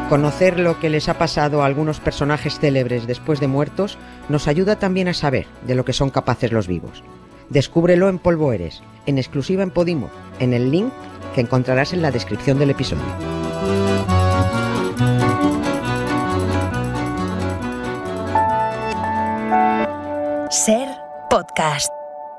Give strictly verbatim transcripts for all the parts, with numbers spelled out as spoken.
Conocer lo que les ha pasado a algunos personajes célebres después de muertos nos ayuda también a saber de lo que son capaces los vivos. Descúbrelo en Polvo Eres, en exclusiva en Podimo, en el link que encontrarás en la descripción del episodio. Ser Podcast.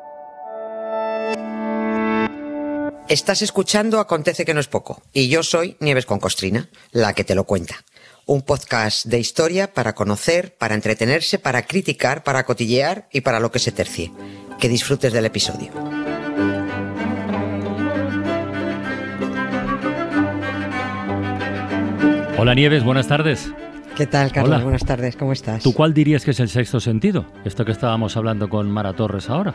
Estás escuchando Acontece que no es poco, y yo soy Nieves con Costrina, la que te lo cuenta. Un podcast de historia para conocer, para entretenerse, para criticar, para cotillear y para lo que se tercie. Que disfrutes del episodio. Hola Nieves, buenas tardes. ¿Qué tal, Carlos? Hola. Buenas tardes, ¿cómo estás? ¿Tú cuál dirías que es el sexto sentido? Esto que estábamos hablando con Mara Torres ahora.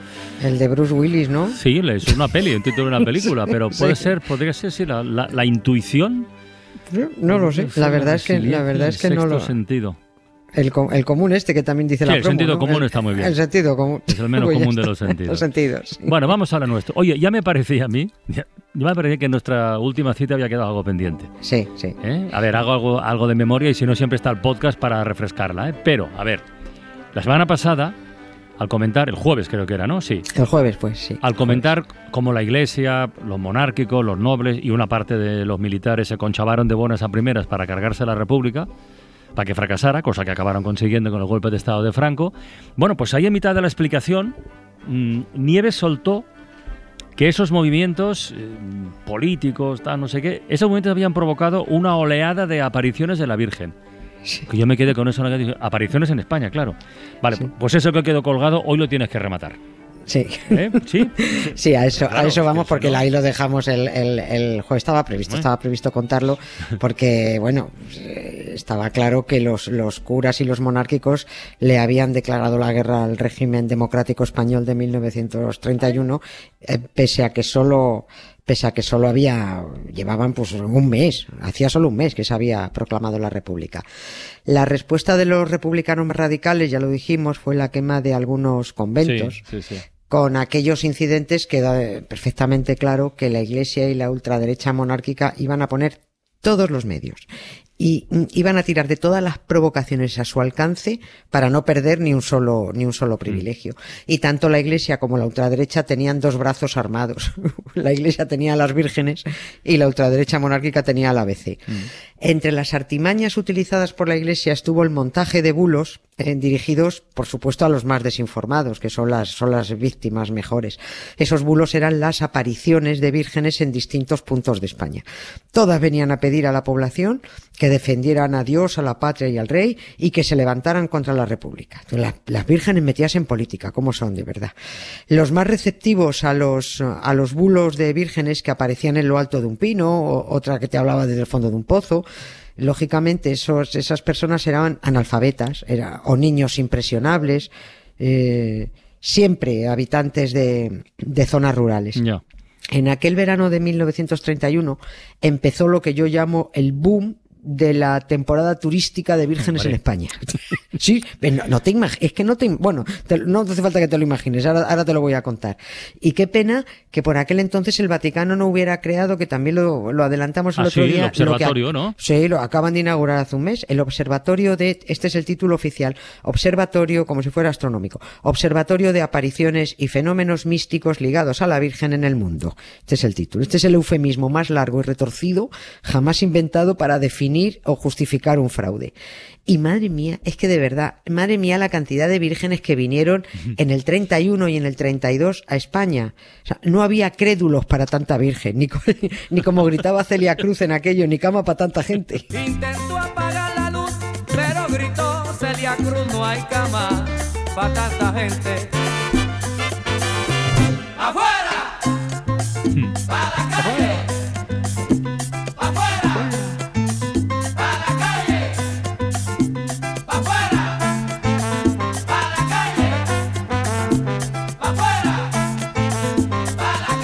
El de Bruce Willis, ¿no? Sí, es una peli, un título de una película, pero puede Sí. ser, podría ser, sí, la, la, la intuición. No, no lo sé. La verdad es que, la verdad es que no lo. El sexto sentido. El, co- el común este que también dice Sí, la el promo, sentido ¿no? común El- está muy bien. El sentido común. Es el menos Pues ya común de está. los sentidos. Los sentidos. Sí. Bueno, vamos a lo nuestro. Oye, ya me parecía a mí, ya, ya me parecía que en nuestra última cita había quedado algo pendiente. Sí, sí. ¿Eh? A ver, hago algo, algo de memoria y si no siempre está el podcast para refrescarla. ¿eh? Pero, a ver, la semana pasada, al comentar, el jueves creo que era, ¿no? Sí. El jueves, pues sí. Al comentar cómo la Iglesia, los monárquicos, los nobles y una parte de los militares se conchavaron de buenas a primeras para cargarse la República, para que fracasara, cosa que acabaron consiguiendo con el golpe de Estado de Franco. Bueno, pues ahí en mitad de la explicación, mmm, Nieves soltó que esos movimientos eh, políticos, tal, no sé qué, esos movimientos habían provocado una oleada de apariciones de la Virgen. Que yo me quedé con eso, apariciones en España, claro. Vale, Sí. pues eso que quedó colgado, hoy lo tienes que rematar. Sí. ¿Eh? ¿Sí? Sí, a eso, Claro, a eso es vamos que porque si no- ahí lo dejamos el, el, el jueves. Estaba previsto, Bueno. estaba previsto contarlo porque, bueno, eh, estaba claro que los, los curas y los monárquicos le habían declarado la guerra al régimen democrático español de mil novecientos treinta y uno, eh, pese a que solo... pese a que solo había, llevaban pues un mes, hacía solo un mes que se había proclamado la República. La respuesta de los republicanos radicales, ya lo dijimos, fue la quema de algunos conventos, Sí, sí, sí. con aquellos incidentes queda perfectamente claro que la Iglesia y la ultraderecha monárquica iban a poner todos los medios y mm, iban a tirar de todas las provocaciones a su alcance para no perder ni un solo ni un solo privilegio. Y tanto la Iglesia como la ultraderecha tenían dos brazos armados. La Iglesia tenía a las vírgenes y la ultraderecha monárquica tenía al A B C. Mm. Entre las artimañas utilizadas por la Iglesia estuvo el montaje de bulos eh, dirigidos, por supuesto, a los más desinformados, que son las son las víctimas mejores. Esos bulos eran las apariciones de vírgenes en distintos puntos de España. Todas venían a pedir a la población que defendieran a Dios, a la patria y al rey y que se levantaran contra la República. Las, las vírgenes metidas en política, ¿cómo son de verdad? Los más receptivos a los a los bulos de vírgenes que aparecían en lo alto de un pino, o otra que te hablaba desde el fondo de un pozo, lógicamente esos, esas personas eran analfabetas, era, o niños impresionables, eh, siempre habitantes de, de zonas rurales. Ya. En aquel verano de mil novecientos treinta y uno empezó lo que yo llamo el boom de la temporada turística de vírgenes Hombre. en España. Sí, no, no te imag- es que no te, bueno, te- no hace falta que te lo imagines, ahora, ahora te lo voy a contar. Y qué pena que por aquel entonces el Vaticano no hubiera creado, que también lo, lo adelantamos el Ah, otro sí, el día. observatorio, lo que, ¿no? Sí, lo acaban de inaugurar hace un mes, el observatorio de, este es el título oficial, observatorio, como si fuera astronómico, observatorio de apariciones y fenómenos místicos ligados a la Virgen en el mundo. Este es el título, este es el eufemismo más largo y retorcido jamás inventado para definir o justificar un fraude. Y madre mía, es que de verdad, madre mía la cantidad de vírgenes que vinieron en el treinta y uno y en el treinta y dos a España. O sea, no había crédulos para tanta virgen, ni, co- ni como gritaba Celia Cruz en aquello, ni cama para tanta gente. Intentó apagar la luz, pero gritó Celia Cruz, no hay cama para tanta gente. ¡Afuera! ¡Para la calle! ¡Afuera! ¡Para la calle! ¡Afuera! ¡Para la calle! ¡Afuera! ¡Para la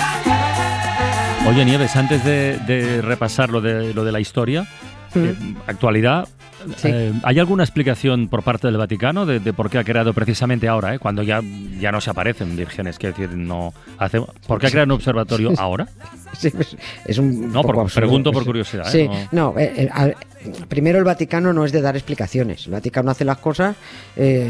calle! Oye, Nieves, antes de, de repasar lo de, lo de la historia, eh, actualidad, Sí. Eh, ¿Hay alguna explicación por parte del Vaticano de, de por qué ha creado precisamente ahora, eh, cuando ya, ya no se aparecen vírgenes? Quiero decir, no hace, ¿por qué ha creado un observatorio ahora? Sí, es, es un No, poco por, absurdo. pregunto por curiosidad. Sí, ¿eh? No. no, eh, eh, a- primero el Vaticano no es de dar explicaciones. El Vaticano hace las cosas eh,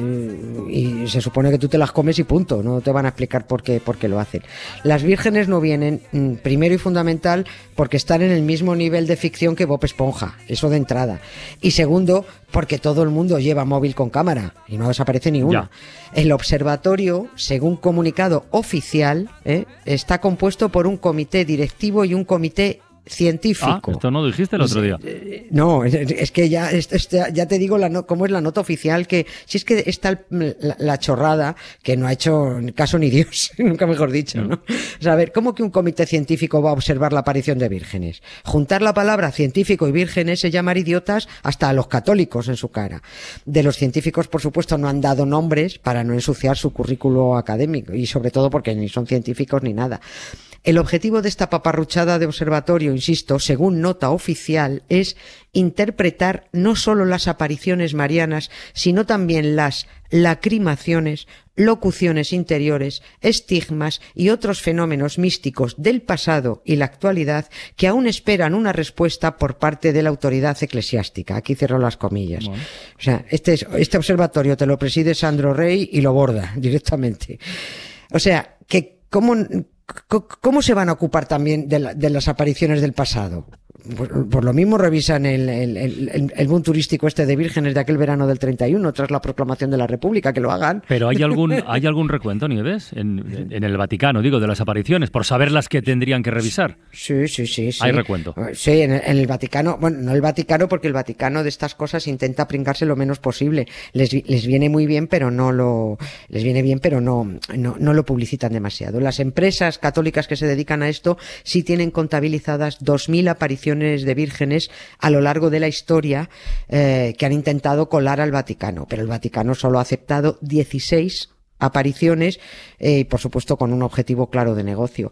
y se supone que tú te las comes y punto. No te van a explicar por qué, por qué lo hacen. Las vírgenes no vienen, mm, primero y fundamental, porque están en el mismo nivel de ficción que Bob Esponja. Eso de entrada. Y segundo, porque todo el mundo lleva móvil con cámara y no desaparece ni una. Ya. El observatorio, según comunicado oficial, ¿eh? está compuesto por un comité directivo y un comité Ah, científico. esto no lo dijiste el otro día. Eh, No, es, es que ya, es- es- ya te digo la no- cómo es la nota oficial, que si es que está el- la, la chorrada que no ha hecho caso ni Dios, nunca mejor dicho, ¿no? O sea, a ver, ¿cómo que un comité científico va a observar la aparición de vírgenes? Juntar la palabra científico y vírgenes es llamar idiotas hasta a los católicos en su cara. De los científicos, por supuesto, no han dado nombres para no ensuciar su currículo académico y sobre todo porque ni son científicos ni nada. El objetivo de esta paparruchada de observatorio, insisto, según nota oficial, es interpretar no solo las apariciones marianas, sino también las lacrimaciones, locuciones interiores, estigmas y otros fenómenos místicos del pasado y la actualidad que aún esperan una respuesta por parte de la autoridad eclesiástica. Aquí cierro las comillas. Bueno. O sea, este, es- este observatorio te lo preside Sandro Rey y lo borda directamente. O sea, que cómo, c- cómo se van a ocupar también de, la- de las apariciones del pasado. Por, por lo mismo revisan el, el, el, el- el boom turístico este de vírgenes de aquel verano del treinta y uno tras la proclamación de la República, que lo hagan. Pero ¿hay algún, ¿hay algún recuento, Nieves, en, en el Vaticano, digo, de las apariciones, por saber las que tendrían que revisar? Sí, sí, sí, sí. Hay recuento. Sí, en el, en el Vaticano, bueno, no el Vaticano, porque el Vaticano de estas cosas intenta pringarse lo menos posible. Les, vi- les viene muy bien, pero no lo, les viene bien, pero no, no, no lo publicitan demasiado. Las empresas católicas que se dedican a esto sí tienen contabilizadas dos mil apariciones de vírgenes a lo largo de la historia, eh, que han intentado colar al Vaticano, pero el Vaticano solo ha aceptado dieciséis apariciones, eh, y por supuesto con un objetivo claro de negocio.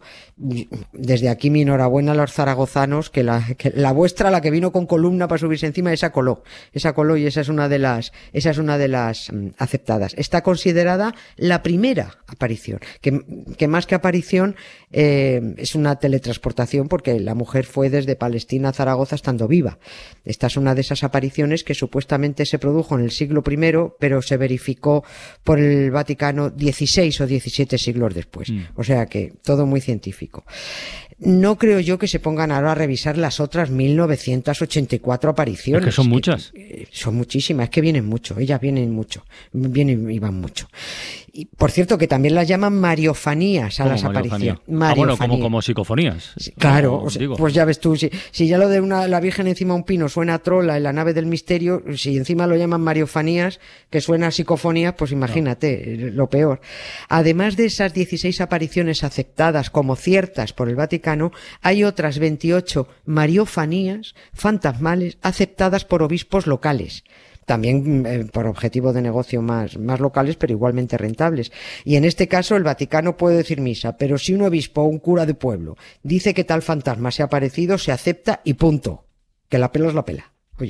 Desde aquí mi enhorabuena a los zaragozanos, que la, que la vuestra, la que vino con columna para subirse encima, esa coló, esa coló y esa es una de las, esa es una de las mm, aceptadas. Está considerada la primera aparición, que, que más que aparición eh, es una teletransportación, porque la mujer fue desde Palestina a Zaragoza estando viva. Esta es una de esas apariciones que supuestamente se produjo en el siglo primero, pero se verificó por el Vaticano dieciséis o diecisiete siglos después. Mm. O sea que todo muy científico. No creo yo que se pongan ahora a revisar las otras mil novecientas ochenta y cuatro apariciones. Es que son muchas. eh, son muchísimas, es que vienen mucho, ellas vienen mucho, vienen y van mucho. Y por cierto que también las llaman mariofanías a ¿Cómo las mariofanía? apariciones. Ah, bueno, como, Mariofanía. como psicofonías. Sí, claro, Como o sea, digo. pues ya ves tú, si, si ya lo de una, la Virgen encima de un pino suena a trola en la nave del misterio, si encima lo llaman mariofanías, que suena a psicofonías, pues imagínate, eh, lo peor. Además de esas dieciséis apariciones aceptadas como ciertas por el Vaticano, hay otras veintiocho mariofanías fantasmales aceptadas por obispos locales. También eh, por objetivo de negocio más, más locales, pero igualmente rentables. Y en este caso el Vaticano puede decir misa, pero si un obispo o un cura de pueblo dice que tal fantasma se ha aparecido, se acepta y punto. Que la pela es la pela. Oye.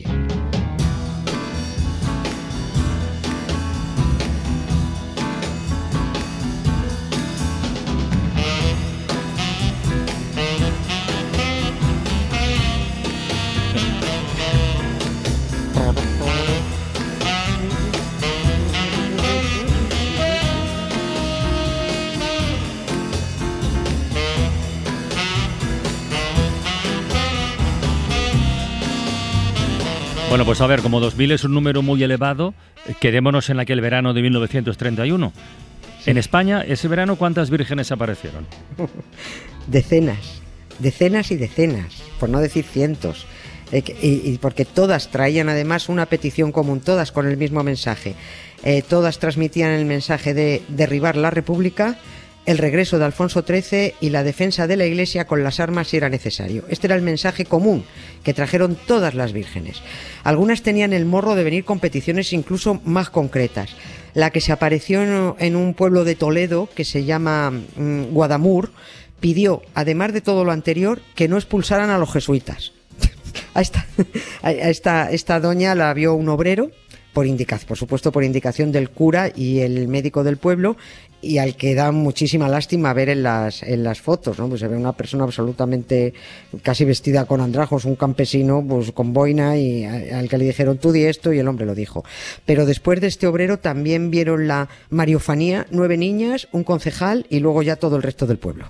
Bueno, pues a ver, como dos mil es un número muy elevado, eh, quedémonos en aquel verano de mil novecientos treinta y uno. En España, ese verano, ¿cuántas vírgenes aparecieron? Decenas, decenas y decenas, por no decir cientos. Eh, que- y, y porque todas traían además una petición común, todas con el mismo mensaje. Eh, todas transmitían el mensaje de derribar la República, el regreso de Alfonso trece y la defensa de la Iglesia con las armas si era necesario. Este era el mensaje común que trajeron todas las vírgenes. Algunas tenían el morro de venir con peticiones incluso más concretas. La que se apareció en, en un pueblo de Toledo, que se llama mm, Guadamur, pidió, además de todo lo anterior, que no expulsaran a los jesuitas. A esta, a esta, esta doña la vio un obrero, por indicación, por supuesto por indicación del cura y el médico del pueblo, y al que da muchísima lástima ver en las en las fotos, ¿no? Pues se ve una persona absolutamente casi vestida con andrajos, un campesino pues con boina, y a, al que le dijeron tú di esto y el hombre lo dijo. Pero después de este obrero también vieron la mariofanía, nueve niñas, un concejal y luego ya todo el resto del pueblo.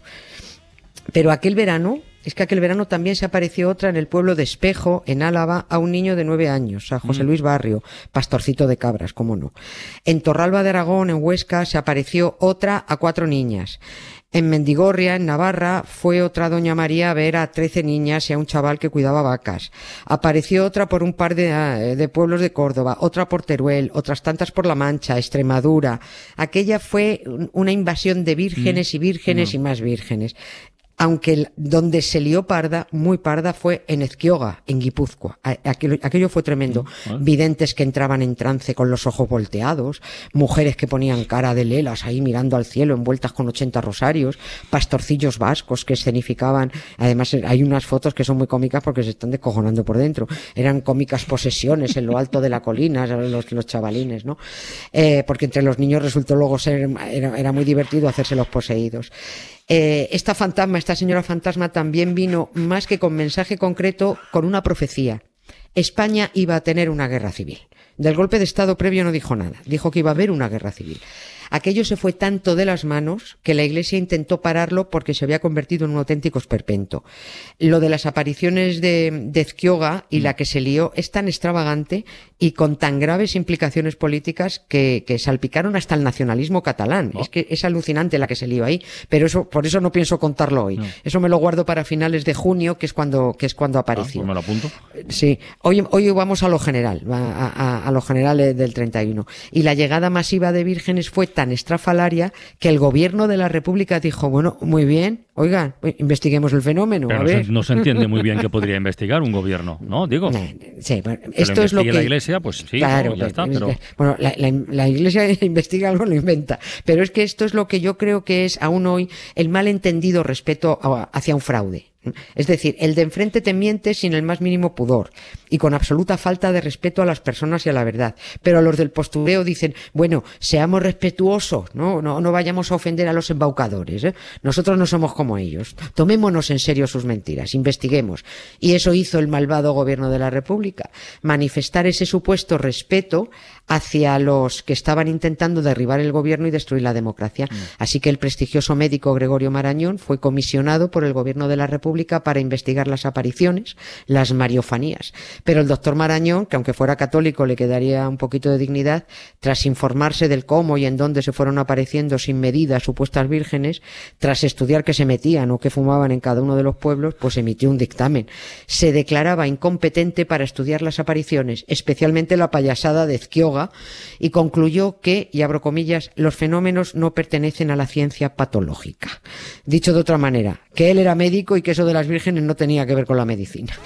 Pero aquel verano, es que aquel verano también se apareció otra en el pueblo de Espejo, en Álava, a un niño de nueve años, a José Luis Barrio, pastorcito de cabras, cómo no. En Torralba de Aragón, en Huesca, se apareció otra a cuatro niñas. En Mendigorria, en Navarra, fue otra doña María a ver a trece niñas y a un chaval que cuidaba vacas. Apareció otra por un par de, de pueblos de Córdoba, otra por Teruel, otras tantas por La Mancha, Extremadura. Aquella fue una invasión de vírgenes y vírgenes no. y más vírgenes. Aunque el, donde se lió parda, muy parda, fue en Ezquioga, en Guipúzcoa. Aquello, aquello fue tremendo. ¿Ah? Videntes que entraban en trance con los ojos volteados, mujeres que ponían cara de lelas ahí mirando al cielo envueltas con ochenta rosarios, pastorcillos vascos que escenificaban. Además, hay unas fotos que son muy cómicas porque se están descojonando por dentro. Eran cómicas posesiones en lo alto de la colina, los, los chavalines, ¿no? Eh, porque entre los niños resultó luego ser, era, era muy divertido hacerse los poseídos. Eh, esta fantasma, esta señora fantasma también vino más que con mensaje concreto, con una profecía. España iba a tener una guerra civil. Del golpe de Estado previo no dijo nada, dijo que iba a haber una guerra civil. Aquello se fue tanto de las manos que la Iglesia intentó pararlo porque se había convertido en un auténtico esperpento. Lo de las apariciones de, de Ezquioga y la que se lió es tan extravagante y con tan graves implicaciones políticas que, que salpicaron hasta el nacionalismo catalán. Oh. Es que es alucinante la que se lió ahí, pero eso, por eso no pienso contarlo hoy. No. Eso me lo guardo para finales de junio, que es cuando, que es cuando apareció. Ah, pues me lo apunto. Sí. Hoy, hoy vamos a lo general, a, a, a lo general del treinta y uno. Y la llegada masiva de vírgenes fue tan estrafalaria que el gobierno de la República dijo, bueno, muy bien, oigan, investiguemos el fenómeno. Pero a no, ver. Se, no se entiende muy bien qué podría investigar un gobierno, ¿no? Digo. Sí, bueno, que esto lo es lo que la Iglesia, pues sí, claro, no, ya está. Pero... Bueno, la, la, la Iglesia investiga algo, lo inventa. Pero es que esto es lo que yo creo que es aún hoy el malentendido respeto a, hacia un fraude. Es decir, el de enfrente te miente sin el más mínimo pudor y con absoluta falta de respeto a las personas y a la verdad. Pero los del postureo dicen, bueno, seamos respetuosos, no, no, no vayamos a ofender a los embaucadores, ¿eh? Nosotros no somos como ellos. Tomémonos en serio sus mentiras, investiguemos. Y eso hizo el malvado gobierno de la República, manifestar ese supuesto respeto hacia los que estaban intentando derribar el gobierno y destruir la democracia. Mm. Así que el prestigioso médico Gregorio Marañón fue comisionado por el gobierno de la República para investigar las apariciones, las mariofanías. Pero el doctor Marañón, que aunque fuera católico le quedaría un poquito de dignidad, tras informarse del cómo y en dónde se fueron apareciendo sin medida supuestas vírgenes, tras estudiar qué se metían o qué fumaban en cada uno de los pueblos, pues emitió un dictamen. Se declaraba incompetente para estudiar las apariciones, especialmente la payasada de Ezquioga, y concluyó que, y abro comillas, los fenómenos no pertenecen a la ciencia patológica. Dicho de otra manera, que él era médico y que eso de las vírgenes no tenía que ver con la medicina.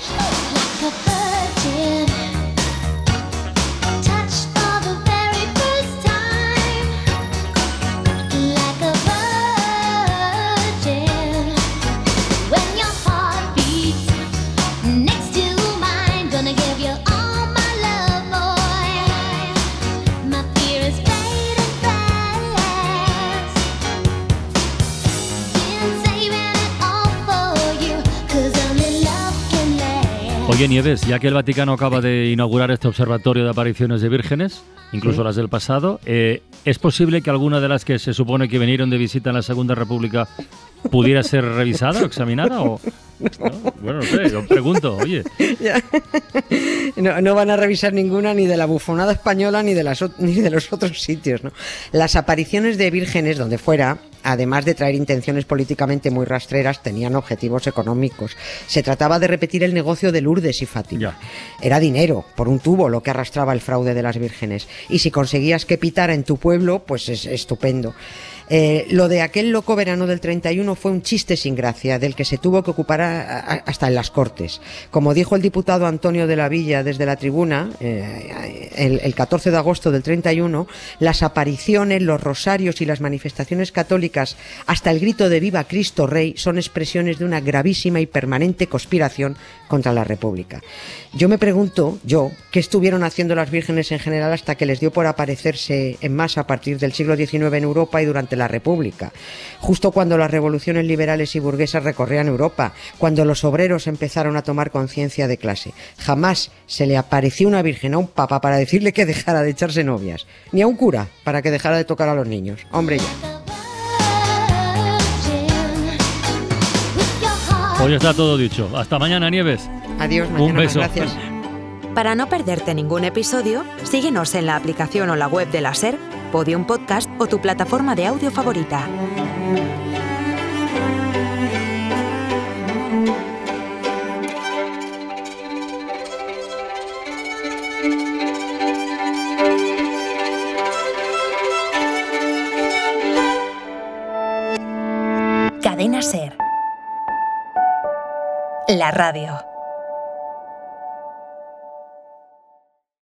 Oye, Nieves, ya que el Vaticano acaba de inaugurar este observatorio de apariciones de vírgenes, incluso sí. las del pasado, eh, ¿es posible que alguna de las que se supone que vinieron de visita en la Segunda República pudiera ser revisada o examinada? O, ¿no? Bueno, no sé, yo pregunto, oye. No, no van a revisar ninguna ni de la bufonada española ni de, las, ni de los otros sitios, ¿no? Las apariciones de vírgenes, donde fuera, además de traer intenciones políticamente muy rastreras, tenían objetivos económicos. Se trataba de repetir el negocio de Lourdes y Fátima. Ya. Era dinero, por un tubo, lo que arrastraba el fraude de las vírgenes. Y si conseguías que pitara en tu pueblo, pues es estupendo. Eh, lo de aquel loco verano del treinta y uno fue un chiste sin gracia, del que se tuvo que ocupar a, a, hasta en las Cortes. Como dijo el diputado Antonio de la Villa desde la tribuna, eh, el, el catorce de agosto del treinta y uno, las apariciones, los rosarios y las manifestaciones católicas, hasta el grito de Viva Cristo Rey, son expresiones de una gravísima y permanente conspiración contra la República. Yo me pregunto, yo, ¿qué estuvieron haciendo las vírgenes en general hasta que les dio por aparecerse en masa a partir del siglo diecinueve en Europa y durante la República? Justo cuando las revoluciones liberales y burguesas recorrían Europa, cuando los obreros empezaron a tomar conciencia de clase. Jamás se le apareció una virgen a un papa para decirle que dejara de echarse novias, ni a un cura para que dejara de tocar a los niños. Hombre, ya. Hoy está todo dicho. Hasta mañana, Nieves. Adiós, mañana. Un beso. Más, gracias. Para no perderte ningún episodio, síguenos en la aplicación o la web de la SER, Podium Podcast o tu plataforma de audio favorita. Cadena SER. La radio.